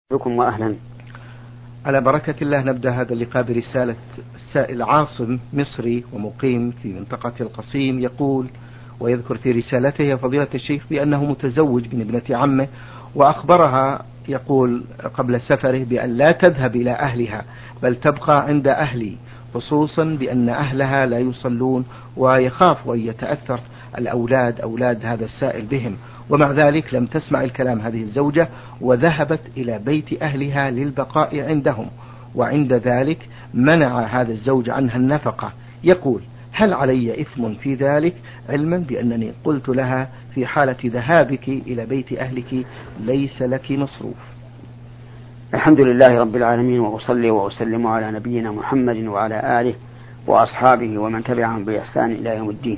بكم وأهلا. على بركة الله نبدأ هذا اللقاء برسالة السائل عاصم مصري ومقيم في منطقة القصيم، يقول ويذكر في رسالته يا فضيلة الشيخ بأنه متزوج من ابنة عمه، وأخبرها يقول قبل سفره بأن لا تذهب إلى أهلها بل تبقى عند أهلي، خصوصا بأن أهلها لا يصلون ويخاف أن يتأثر الأولاد أولاد هذا السائل بهم، ومع ذلك لم تسمع الكلام هذه الزوجة وذهبت إلى بيت أهلها للبقاء عندهم، وعند ذلك منع هذا الزوج عنها النفقة. يقول هل علي إثم في ذلك، علما بأنني قلت لها في حالة ذهابك إلى بيت أهلك ليس لك مصروف؟ الحمد لله رب العالمين، وأصلي وأسلم على نبينا محمد وعلى آله وأصحابه ومن تبعهم بإحسان إلى يوم الدين.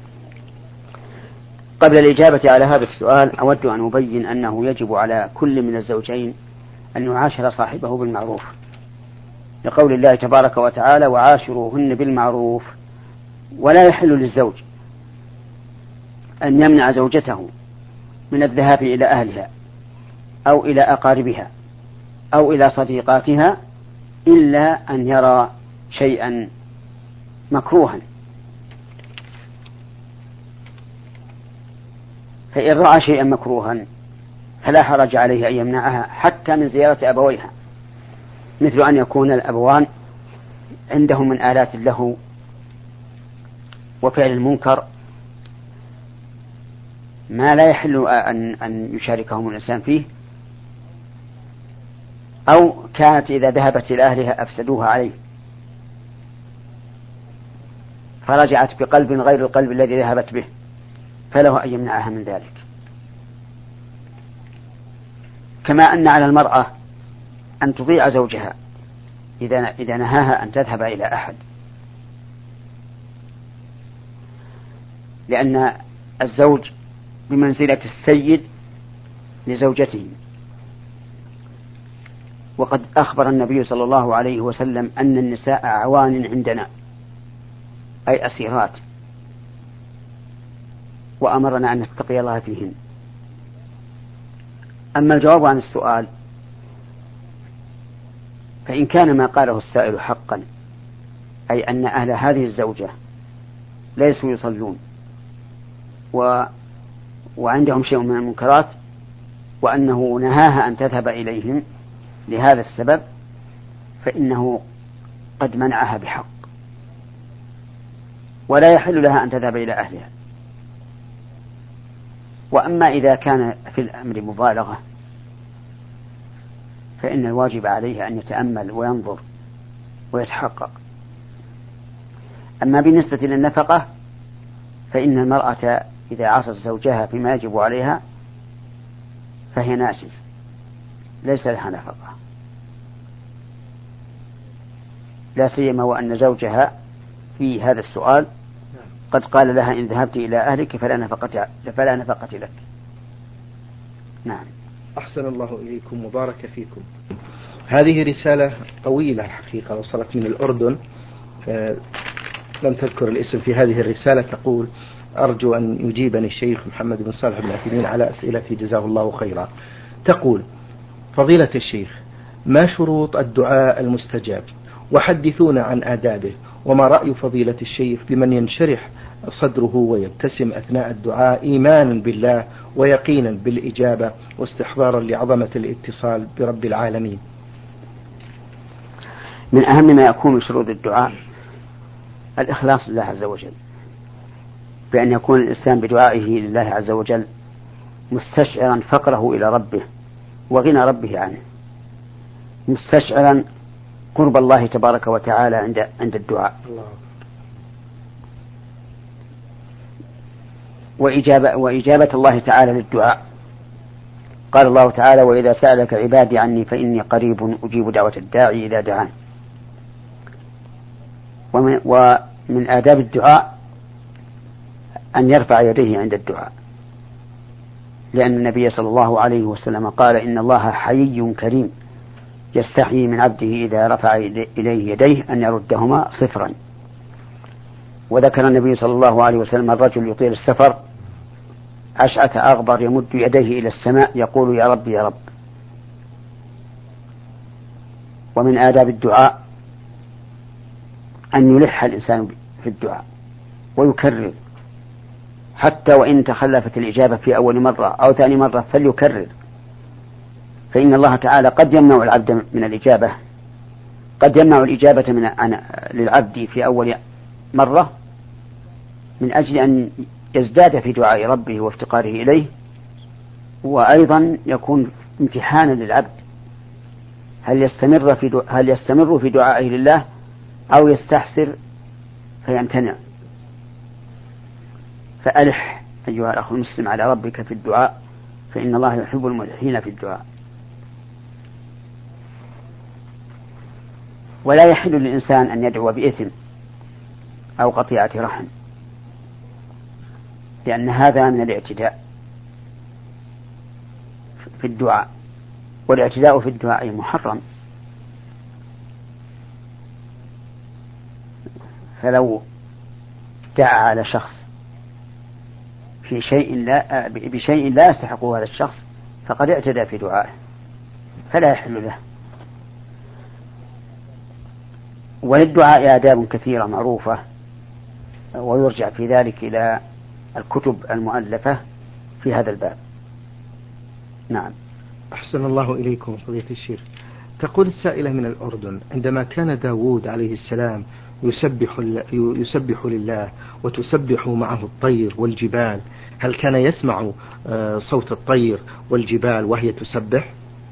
قبل الإجابة على هذا السؤال أود أن أبين أنه يجب على كل من الزوجين أن يعاشر صاحبه بالمعروف، لقول الله تبارك وتعالى وعاشروهن بالمعروف. ولا يحل للزوج أن يمنع زوجته من الذهاب إلى أهلها أو إلى أقاربها أو إلى صديقاتها إلا أن يرى شيئا مكروها، فإن رأى شيئا مكروها فلا حرج عليه أن يمنعها حتى من زيارة أبويها، مثل أن يكون الأبوان عندهم من آلات اللهو وفعل المنكر ما لا يحل أن يشاركهم الإنسان فيه، أو كانت إذا ذهبت إلى أهلها أفسدوها عليه فرجعت بقلب غير القلب الذي ذهبت به، فله أن يمنعها من ذلك. كما أن على المرأة أن تطيع زوجها إذا نهاها أن تذهب إلى أحد، لأن الزوج بمنزلة السيد لزوجته. وقد أخبر النبي صلى الله عليه وسلم أن النساء أعوان عندنا، أي أسيرات، وأمرنا أن نتقي الله فيهن. أما الجواب عن السؤال فإن كان ما قاله السائل حقا، أي أن أهل هذه الزوجة ليسوا يصلون وعندهم شيء من المنكرات، وأنه نهاها أن تذهب إليهم لهذا السبب، فإنه قد منعها بحق، ولا يحل لها أن تذهب إلى أهلها. وأما إذا كان في الأمر مبالغة فإن الواجب عليه أن يتأمل وينظر ويتحقق. أما بالنسبة للنفقة فإن المرأة إذا عصت زوجها فيما يجب عليها فهي ناشز، ليس لها نفقة، لا سيما وأن زوجها في هذا السؤال قد قال لها إن ذهبت إلى أهلك فلا نفقة لك. نعم. أحسن الله إليكم وبارك فيكم. هذه رسالة طويلة الحقيقة وصلت من الأردن، لم تذكر الاسم في هذه الرسالة. تقول أرجو أن يجيبني الشيخ محمد بن صالح بن عثيمين على أسئلتي جزاه الله خيرا. تقول فضيلة الشيخ ما شروط الدعاء المستجاب، وحدثونا عن آدابه، وما رأي فضيلة الشيخ بمن ينشرح صدره ويبتسم أثناء الدعاء إيمانا بالله ويقينا بالإجابة واستحضارا لعظمة الاتصال برب العالمين؟ من أهم ما يكون من شروط الدعاء الإخلاص لله عز وجل، بأن يكون الإنسان بدعائه لله عز وجل مستشعرا فقره إلى ربه وغنى ربه عنه، مستشعرا قرب الله تبارك وتعالى عند الدعاء، وإجابة الله تعالى للدعاء. قال الله تعالى وإذا سألك عبادي عني فإني قريب أجيب دعوة الداعي إذا دعان. ومن آداب الدعاء أن يرفع يديه عند الدعاء، لأن النبي صلى الله عليه وسلم قال إن الله حيي كريم يستحيي من عبده إذا رفع إليه يديه أن يردهما صفرا. وذكر النبي صلى الله عليه وسلم الرجل يطيل السفر أشعث أغبر يمد يديه إلى السماء يقول يا رب يا رب، ومن آداب الدعاء أن يلح الإنسان في الدعاء ويكرر، حتى وإن تخلفت الإجابة في أول مرة أو ثاني مرة فليكرر، فإن الله تعالى قد يمنع العبد من الإجابة، قد يمنع الإجابة للعبد في أول مرة من أجل أن يزداد في دعاء ربه وافتقاره إليه، وأيضا يكون امتحانا للعبد هل يستمر في دعائه لله أو يستحسر فيمتنع. فألح أيها الأخ المسلم على ربك في الدعاء، فإن الله يحب الملحين في الدعاء. ولا يحل للإنسان أن يدعو بإثم أو قطيعة رحم، لأن هذا من الاعتداء في الدعاء، والاعتداء في الدعاء محرم. فلو دعا على شخص بشيء لا يستحقه هذا الشخص فقد اعتدى في دعائه، فلا يحل له. وللدعاء آداب كثيرة معروفة، ويرجع في ذلك إلى الكتب المؤلفة في هذا الباب. نعم. أحسن الله إليكم فضيلة الشيخ. تقول السائلة من الأردن: عندما كان داود عليه السلام يسبح لله وتسبح معه الطير والجبال، هل كان يسمع صوت الطير والجبال وهي تسبح؟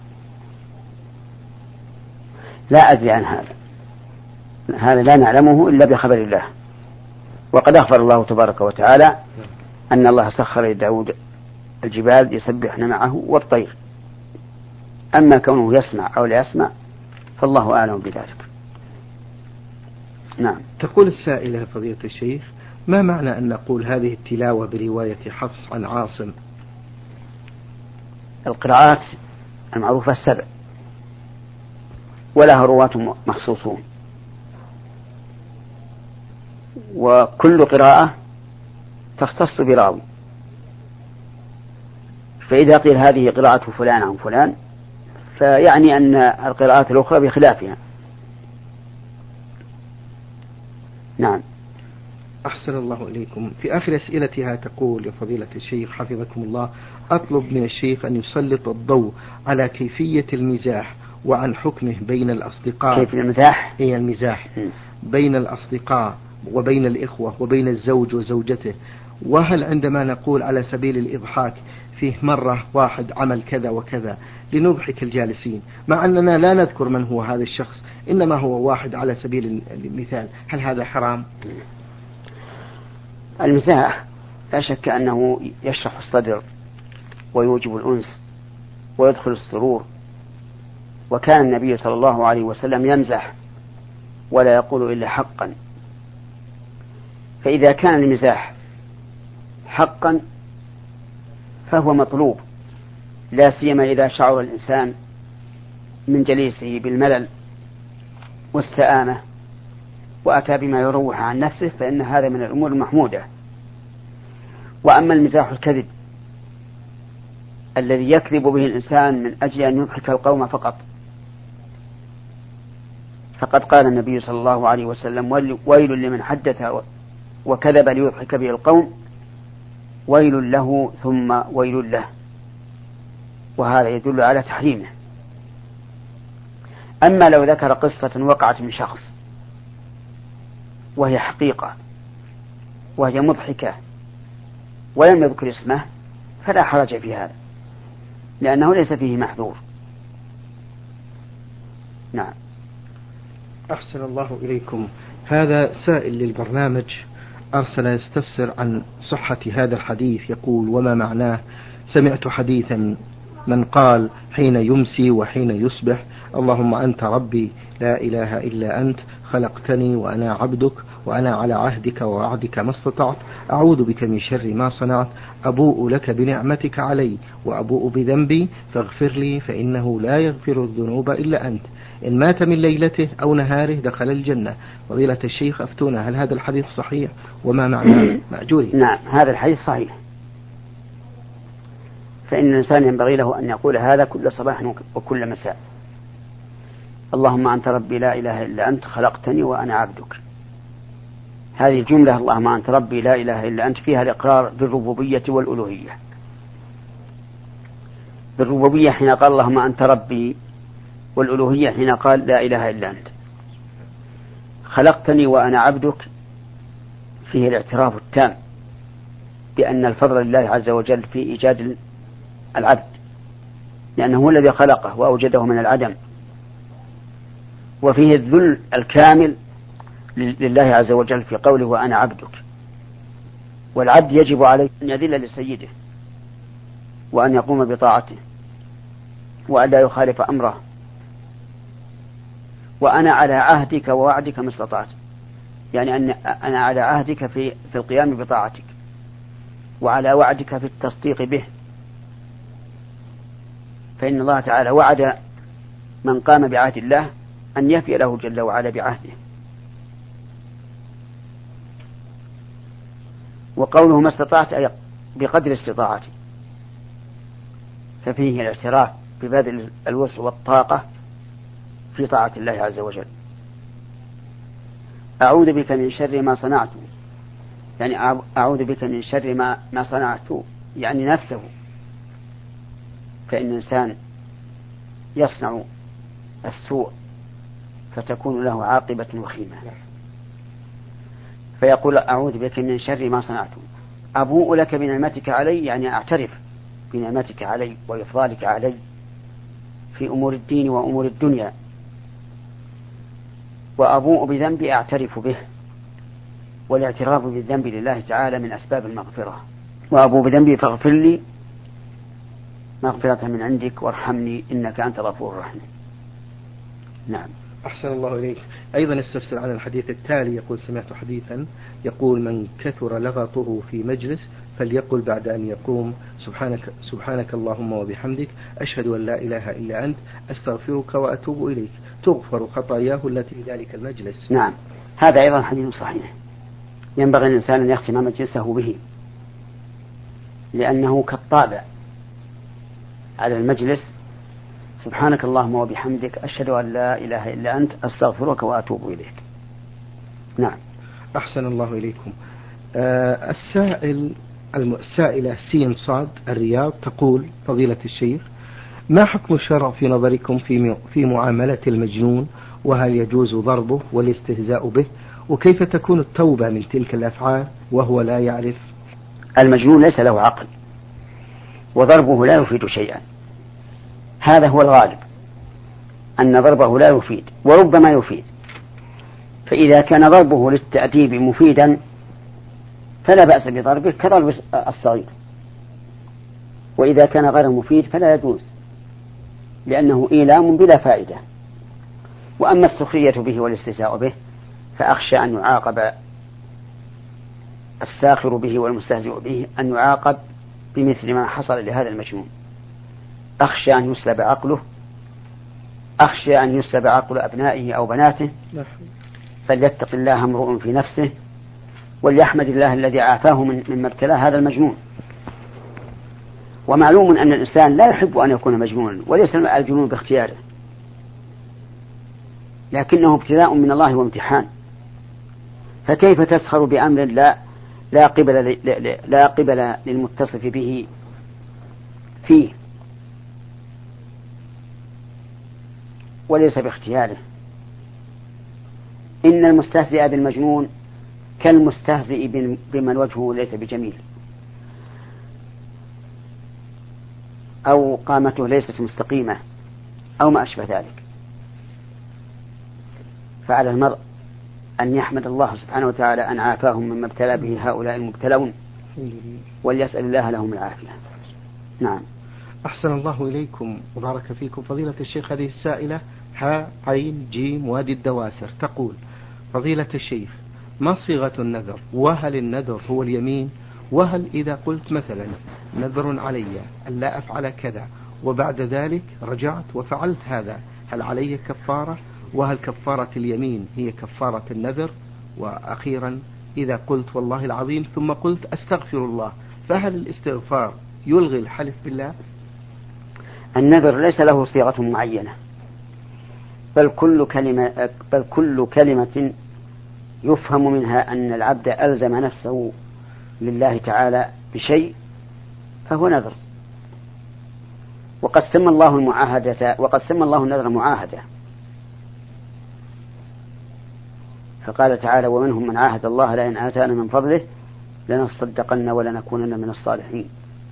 لا أدري عن هذا لا نعلمه إلا بخبر الله. وقد أخبر الله تبارك وتعالى أن الله سخر لداود الجبال يسبحن معه والطير. أما كونه يسمع أو لا يسمع فالله أعلم بذلك. نعم. تقول السائلة فضيلة الشيخ: ما معنى أن نقول هذه التلاوة برواية حفص عن عاصم؟ القراءات المعروفة 7 ولها رواة مخصوصون، وكل قراءة تختص براوي، فإذا قيل هذه قراءة فلان عن فلان فيعني أن القراءات الأخرى بخلافها. نعم. أحسن الله إليكم. في آخر أسئلتها تقول: يا فضيلة الشيخ حفظكم الله، أطلب من الشيخ أن يسلط الضوء على كيفية المزاح وعن حكمه بين الأصدقاء. كيف المزاح؟ هي المزاح بين الأصدقاء وبين الإخوة وبين الزوج وزوجته، وهل عندما نقول على سبيل الإضحاك فيه مرة واحد عمل كذا وكذا لنضحك الجالسين، مع أننا لا نذكر من هو هذا الشخص، إنما هو واحد على سبيل المثال، هل هذا حرام؟ المزاح لا شك أنه يشرح الصدر ويوجب الأنس ويدخل السرور، وكان النبي صلى الله عليه وسلم يمزح ولا يقول إلا حقا. فإذا كان المزاح حقا فهو مطلوب، لا سيما إذا شعر الإنسان من جليسه بالملل والسآمة وأتى بما يروح عن نفسه، فإن هذا من الأمور المحمودة. وأما المزاح الكذب الذي يكذب به الإنسان من أجل أن يضحك القوم فقط، فقد قال النبي صلى الله عليه وسلم: ويل لمن حدث وكذب ليضحك به القوم، ويل له ثم ويل له. وهذا يدل على تحريمه. أما لو ذكر قصة وقعت من شخص وهي حقيقة وهي مضحكة ولم يذكر اسمه فلا حرج في هذا، لأنه ليس فيه محذور. نعم. أحسن الله إليكم. هذا سائل للبرنامج أرسل يستفسر عن صحة هذا الحديث، يقول: وما معناه؟ سمعت حديثا من قال حين يمسي وحين يصبح: اللهم أنت ربي لا إله إلا أنت، خلقتني وأنا عبدك، وأنا على عهدك ووعدك ما استطعت، أعوذ بك من شر ما صنعت، أبوء لك بنعمتك علي وأبوء بذنبي فاغفر لي فإنه لا يغفر الذنوب إلا أنت، إن مات من ليلته أو نهاره دخل الجنة. فضيلة الشيخ أفتونا، هل هذا الحديث صحيح وما معناه مأجوري؟ نعم، هذا الحديث صحيح، فإن الإنسان ينبغي له أن يقول هذا كل صباح وكل مساء. اللهم أنت ربي لا إله إلا أنت خلقتني وأنا عبدك. هذه الجملة اللهم أنت ربي لا إله إلا أنت فيها الإقرار بالربوبية والألوهية. بالربوبية حين قال اللهم أنت ربي، والألوهية حين قال لا إله إلا أنت. خلقتني وأنا عبدك فيه الاعتراف التام بأن الفضل لله عز وجل في إيجاد العبد، لأنه هو الذي خلقه وأوجده من العدم، وفيه الذل الكامل لله عز وجل في قوله وأنا عبدك. والعبد يجب عليه أن يذل لسيده وأن يقوم بطاعته وأن لا يخالف أمره. وأنا على عهدك ووعدك ما استطعت، يعني أنا على عهدك في القيام بطاعتك، وعلى وعدك في التصديق به، فإن الله تعالى وعد من قام بعهد الله أن يفي له جل وعلا بعهده. وقوله ما استطعت أي بقدر استطاعتي، ففيه الاعتراف ببذل الوسع والطاقة في طاعة الله عز وجل. أعوذ بك من شر ما صنعت، يعني أعوذ بك من شر ما صنعت، يعني نفسه. فإن الإنسان يصنع السوء فتكون له عاقبة وخيمة، فيقول أعوذ بك من شر ما صنعت. أبوء لك بنعمتك علي، يعني أعترف بنعمتك علي وإفضالك علي في أمور الدين وأمور الدنيا. وأبوء بذنبي أعترف به، والاعتراف بالذنب لله تعالى من أسباب المغفرة. وأبوء بذنبي فاغفر لي مغفرة من عندك وارحمني إنك أنت الغفور الرحيم. نعم. أحسن الله إليك. أيضا استفسر عن الحديث التالي، يقول سمعت حديثا يقول من كثر لغطه في مجلس فليقل بعد أن يقوم سبحانك اللهم وبحمدك أشهد أن لا إله إلا أنت أستغفرك وأتوب إليك تغفر خطاياه التي في ذلك المجلس. نعم، هذا أيضا حديث صحيح. ينبغي الإنسان أن يختم مجلسه به، لأنه كالطابع على المجلس سبحانك اللهم وبحمدك أشهد أن لا إله إلا أنت أستغفرك وأتوب إليك. نعم. أحسن الله إليكم. السائلة سين صاد الرياض تقول فضيلة الشيخ ما حكم الشرع في نظركم في معاملة المجنون، وهل يجوز ضربه والاستهزاء به، وكيف تكون التوبة من تلك الأفعال وهو لا يعرف؟ المجنون ليس له عقل، وضربه لا يفيد شيئا، هذا هو الغالب، أن ضربه لا يفيد وربما يفيد. فإذا كان ضربه للتأديب مفيدا فلا بأس بضربه كضرب الصغير، وإذا كان غير مفيد فلا يجوز، لأنه إيلام بلا فائدة. وأما السخرية به والاستهزاء به فأخشى أن يعاقب الساخر به والمستهزئ به، أن يعاقب بمثل ما حصل لهذا المجنون. أخشى أن يسلب عقله، أخشى أن يسلب عقل أبنائه أو بناته. فليتق الله امرؤ في نفسه وليحمد الله الذي عافاه مما ابتلاه هذا المجنون. ومعلوم أن الإنسان لا يحب أن يكون مجنونا، وليس الجنون باختياره، لكنه ابتلاء من الله وامتحان. فكيف تسخر بأمر لا قبل للمتصف به فيه وليس باختياره؟ إن المستهزئ بالمجنون كالمستهزئ بمن وجهه ليس بجميل أو قامته ليست مستقيمة أو ما أشبه ذلك. فعلى المرء أن يحمد الله سبحانه وتعالى أن عافاهم مما ابتلى به هؤلاء المبتلون، وليسأل الله لهم العافية. نعم. أحسن الله إليكم وبارك فيكم فضيلة الشيخ. هذه السائلة ها عين جيم وادي الدواسر تقول فضيلة الشيخ ما صيغة النذر، وهل النذر هو اليمين، وهل إذا قلت مثلا نذر علي ألا أفعل كذا وبعد ذلك رجعت وفعلت هذا هل علي كفارة، وهل كفارة اليمين هي كفارة النذر؟ وأخيرا إذا قلت والله العظيم ثم قلت أستغفر الله فهل الاستغفار يلغي الحلف بالله؟ النذر ليس له صيغة معينة، بل كل كلمة يفهم منها أن العبد ألزم نفسه لله تعالى بشيء فهو نذر. وقد سمى الله النذر معاهدة، فقال تعالى: ومنهم من عاهد الله لئن آتانا من فضله لنصدقن ولنكونن من الصالحين.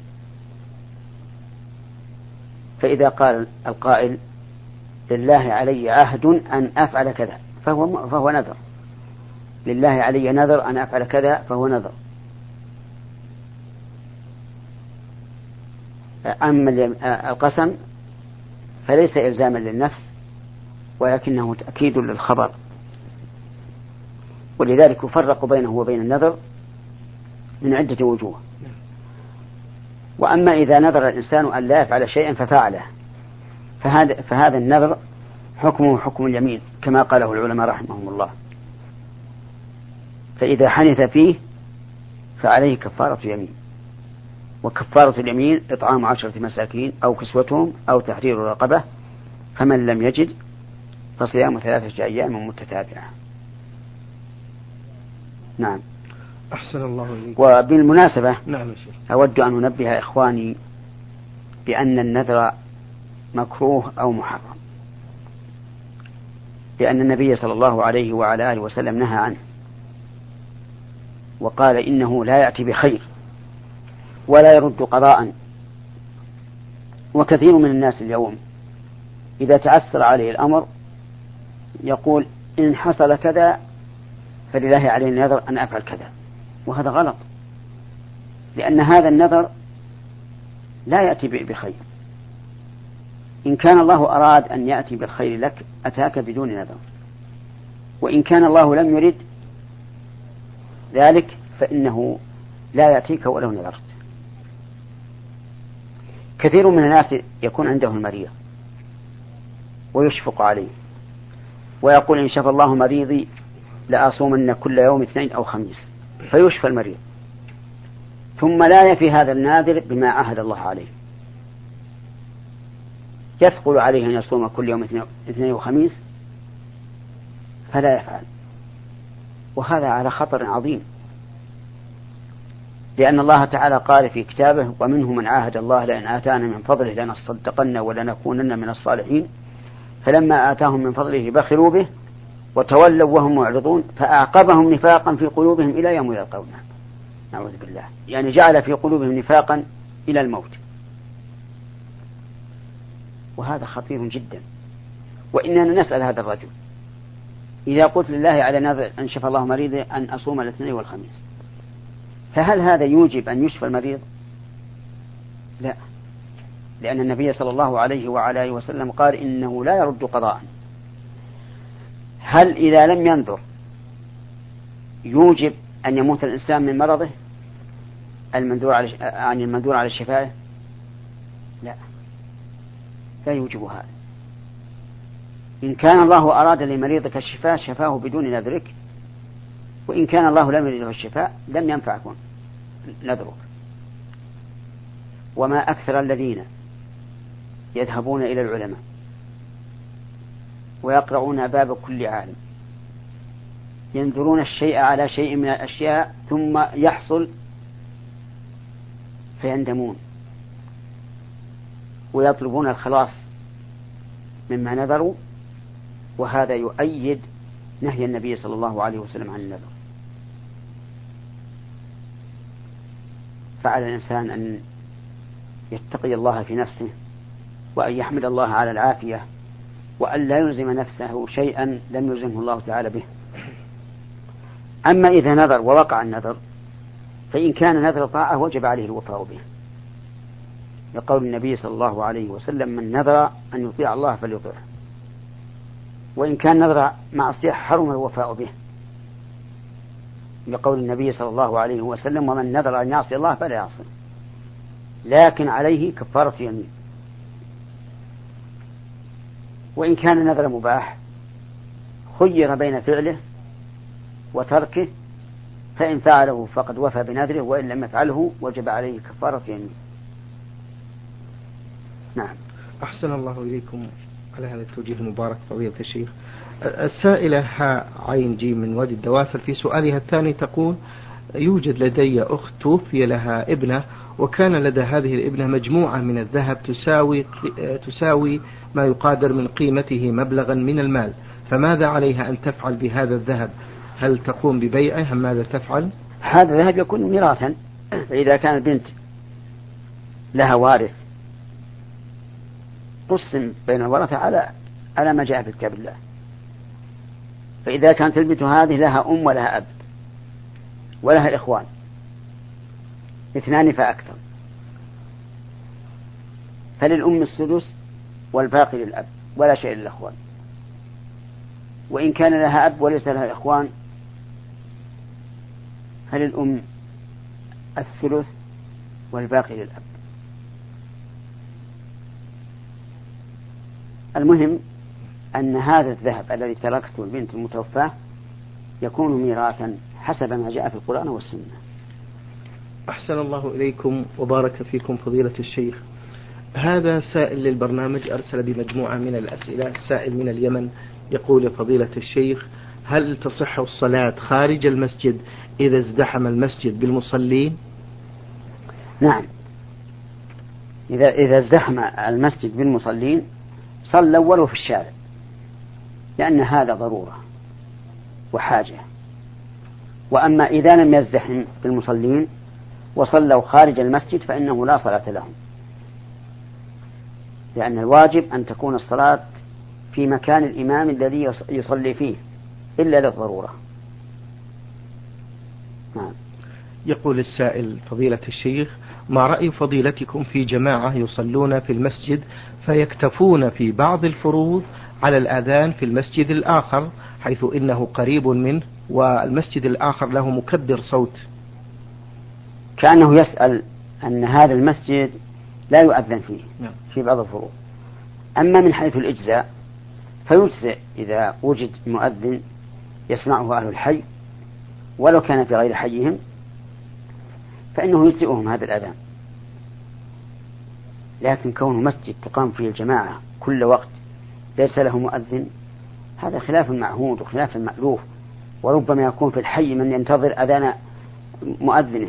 فإذا قال القائل: لله علي عهد أن أفعل كذا، فهو نذر. لله علي نذر أن أفعل كذا فهو نذر. أما القسم فليس إلزاما للنفس ولكنه تأكيد للخبر، ولذلك يفرق بينه وبين النذر من عدة وجوه. وأما إذا نذر الإنسان أن لا يفعل شيئا ففعله فهذا النذر حكمه حكم اليمين كما قاله العلماء رحمهم الله. فإذا حنث فيه فعليه كفارة يمين، وكفارة اليمين إطعام 10 مساكين أو كسوتهم أو تحرير رقبة، فمن لم يجد فصيام 3 أيام متتابعة. نعم. أحسن الله إليك. وبالمناسبة نعم أود أن أنبه إخواني بأن النذر مكروه أو محرم، لأن النبي صلى الله عليه وعلى آله وسلم نهى عنه وقال: إنه لا يأتي بخير ولا يرد قضاء. وكثير من الناس اليوم إذا تعسر عليه الأمر يقول: إن حصل كذا فلله عليه النذر أن أفعل كذا، وهذا غلط، لأن هذا النذر لا يأتي بخير. إن كان الله أراد أن يأتي بالخير لك أتاك بدون نذر، وإن كان الله لم يرد ذلك فإنه لا يأتيك ولو نذرت. كثير من الناس يكون عنده المريض ويشفق عليه ويقول: إن شفى الله مريضي لأصومن كل يوم 2 أو 5، فيشفى المريض، ثم لا يفي هذا الناذر بما عهد الله عليه، يثقل عليه أن يصوم كل يوم 2 و5 فلا يفعل، وهذا على خطر عظيم، لأن الله تعالى قال في كتابه: ومنهم من عاهد الله لئن آتانا من فضله لنصدقن ولنكونن من الصالحين، فلما آتاهم من فضله بخلوا به وتولوا وهم معرضون فأعقبهم نفاقا في قلوبهم إلى يوم يلقونه. نعوذ بالله، يعني جعل في قلوبهم نفاقا إلى الموت، وهذا خطير جدا. وإننا نسأل هذا الرجل: إذا قلت لله على نذر أن شفى الله مريضي أن أصوم 2 و5، فهل هذا يوجب أن يشفى المريض؟ لا، لأن النبي صلى الله عليه وعلى آله وسلم قال: إنه لا يرد قضاء. هل إذا لم ينذر يوجب أن يموت الإنسان من مرضه المنذور على الشفاء؟ لا يوجب هذا. إن كان الله أراد لمريضك الشفاء شفاه بدون نذرك، وإن كان الله لم يريده الشفاء لم ينفعكم نذرك. وما أكثر الذين يذهبون إلى العلماء ويقرؤون باب كل عالم ينذرون الشيء على شيء من الأشياء ثم يحصل فيندمون ويطلبون الخلاص مما نذروا، وهذا يؤيد نهي النبي صلى الله عليه وسلم عن النذر. فعلى الإنسان أن يتقي الله في نفسه، وأن يحمد الله على العافية، وأن لا يلزم نفسه شيئا لم يلزمه الله تعالى به. أما إذا نذر ووقع النذر فإن كان نذر طاعة وجب عليه الوفاء به، لقول النبي صلى الله عليه وسلم: من نذر أن يطيع الله فليطيعه. وإن كان نذر معصية حرم الوفاء به، لقول النبي صلى الله عليه وسلم: ومن نذر أن يعصي الله فلا يعصي، لكن عليه كفارة يمين. وإن كان نذر مباح خير بين فعله وتركه، فإن فعله فقد وفى بنذره، وإن لم يفعله وجب عليه كفارة يمين. نعم. أحسن الله إليكم. على هذا التوجيه المبارك فضيلة الشيخ. السائلة ها عين جيم من وادي الدواسر في سؤالها الثاني تقول: يوجد لدي أخت توفي لها ابنة، وكان لدى هذه الابنة مجموعة من الذهب تساوي ما يقادر من قيمته مبلغا من المال، فماذا عليها أن تفعل بهذا الذهب؟ هل تقوم ببيعه أم ماذا تفعل؟ هذا الذهب يكون ميراثا، فإذا كان البنت لها وارث قسم بين الورثة على ما جاء في كتاب الله. فإذا كانت البنت هذه لها أم ولها أب ولها إخوان 2 فأكثر، فللأم السدس والباقي للأب ولا شيء للأخوان. وإن كان لها أب وليس لها إخوان فللأم الثلث والباقي للأب. المهم أن هذا الذهب الذي تركته البنت المتوفاة يكون ميراثا حسب ما جاء في القرآن والسنة. أحسن الله إليكم وبارك فيكم فضيلة الشيخ. هذا سائل للبرنامج أرسل بمجموعة من الأسئلة. سائل من اليمن يقول: فضيلة الشيخ، هل تصح الصلاة خارج المسجد إذا ازدحم المسجد بالمصلين؟ نعم، إذا ازدحم المسجد بالمصلين صلوا ولو في الشارع، لأن هذا ضرورة وحاجة. وأما إذا لم يزدحم بالمصلين وصلوا خارج المسجد فإنه لا صلاة لهم، لأن الواجب أن تكون الصلاة في مكان الإمام الذي يصلي فيه إلا للضرورة. نعم. يقول السائل: فضيلة الشيخ، ما رأي فضيلتكم في جماعة يصلون في المسجد فيكتفون في بعض الفروض على الأذان في المسجد الآخر، حيث إنه قريب منه والمسجد الآخر له مكبر صوت؟ كأنه يسأل أن هذا المسجد لا يؤذن فيه في بعض الفروض. أما من حيث الإجزاء فيجزئ إذا وجد مؤذن يسمعه أهل الحي ولو كان في غير حيهم فإنه يجزئهم هذا الأذان. لكن كونه مسجد تقام فيه الجماعة كل وقت ليس له مؤذن هذا خلاف المعهود وخلاف المألوف، وربما يكون في الحي من ينتظر أذان مؤذنه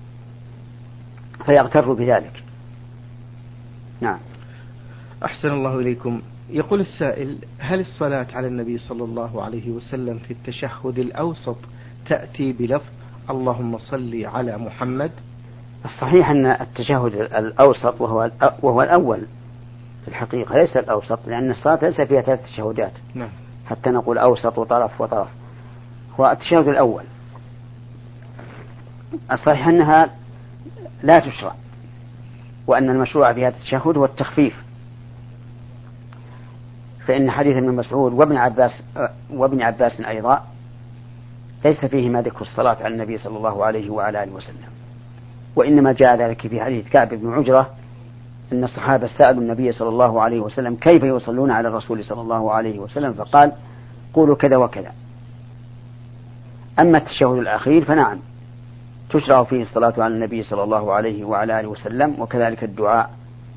فيغتر بذلك. نعم. أحسن الله إليكم. يقول السائل: هل الصلاة على النبي صلى الله عليه وسلم في التشهد الأوسط تأتي بلفظ اللهم صل على محمد؟ الصحيح أن التشهد الأوسط وهو الأول في الحقيقة ليس الأوسط، لأن الصلاة ليس فيها 3 تشهدات. نعم. حتى نقول أوسط وطرف وطرف، هو التشهد الأول. الصحيح أنها لا تشرع، وأن المشروع في هذا التشهد هو التخفيف، فإن حديث ابن مسعود وابن عباس أيضا ليس فيهما ذكر الصلاة على النبي صلى الله عليه وعلى آله وسلم، وإنما جاء ذلك في حديث كعب بن عجرة أن الصحابة سألوا النبي صلى الله عليه وسلم كيف يصلون على الرسول صلى الله عليه وسلم فقال: قولوا كذا وكذا. أما التشهد الأخير فنعم تشرع فيه الصلاة على النبي صلى الله عليه وعلى آله وسلم، وكذلك الدعاء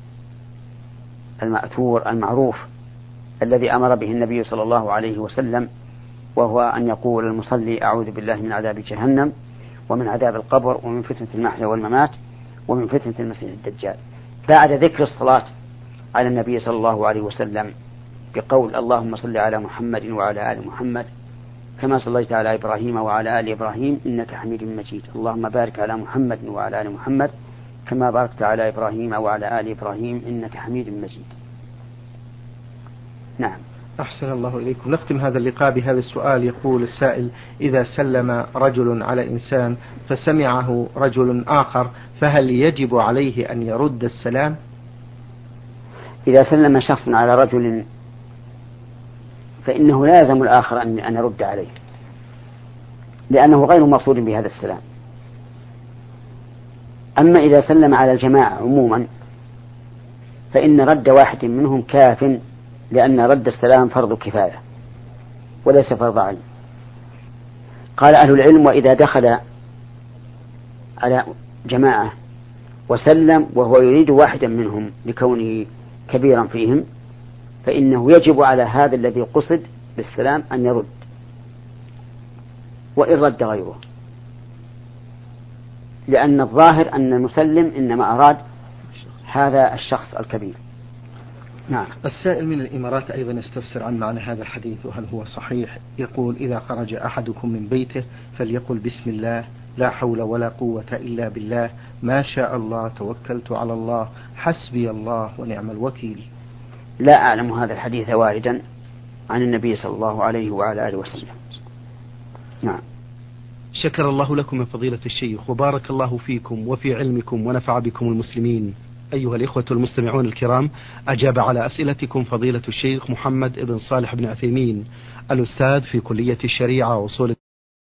المأثور المعروف الذي أمر به النبي صلى الله عليه وسلم، وهو أن يقول المصلي: أعوذ بالله من عذاب جهنم ومن عذاب القبر ومن فتنة المحيا والممات ومن فتنة المسيح الدجال، بعد ذكر الصلاة على النبي صلى الله عليه وسلم بقول: اللهم صل على محمد وعلى آل محمد كما صليت على إبراهيم وعلى آل إبراهيم إنك حميد مجيد، اللهم بارك على محمد وعلى آل محمد كما باركت على إبراهيم وعلى آل إبراهيم إنك حميد مجيد. نعم. أحسن الله إليكم. نختم هذا اللقاء بهذا السؤال. يقول السائل: إذا سلم رجل على إنسان فسمعه رجل آخر فهل يجب عليه أن يرد السلام؟ إذا سلم شخص على رجل فإنه لازم الآخر أن يرد عليه، لأنه غير مقصود بهذا السلام. أما إذا سلم على الجماعة عموما فإن رد واحد منهم كاف، لأن رد السلام فرض كفاية وليس فرض عين. قال أهل العلم: وإذا دخل على جماعة وسلم وهو يريد واحدا منهم لكونه كبيرا فيهم فإنه يجب على هذا الذي قصد بالسلام أن يرد، وإن رد غيره، لأن الظاهر أن المسلم إنما أراد هذا الشخص الكبير. نعم. السائل من الإمارات أيضا يستفسر عن معنى هذا الحديث وهل هو صحيح. يقول: إذا خرج أحدكم من بيته فليقل بسم الله، لا حول ولا قوة إلا بالله، ما شاء الله، توكلت على الله، حسبي الله ونعم الوكيل. لا أعلم هذا الحديث واردا عن النبي صلى الله عليه وعلى آله وسلم. نعم. شكر الله لكم من فضيلة الشيخ، وبارك الله فيكم وفي علمكم ونفع بكم المسلمين. أيها الإخوة المستمعون الكرام، أجاب على أسئلتكم فضيلة الشيخ محمد بن صالح بن عثيمين، الأستاذ في كلية الشريعة وأصول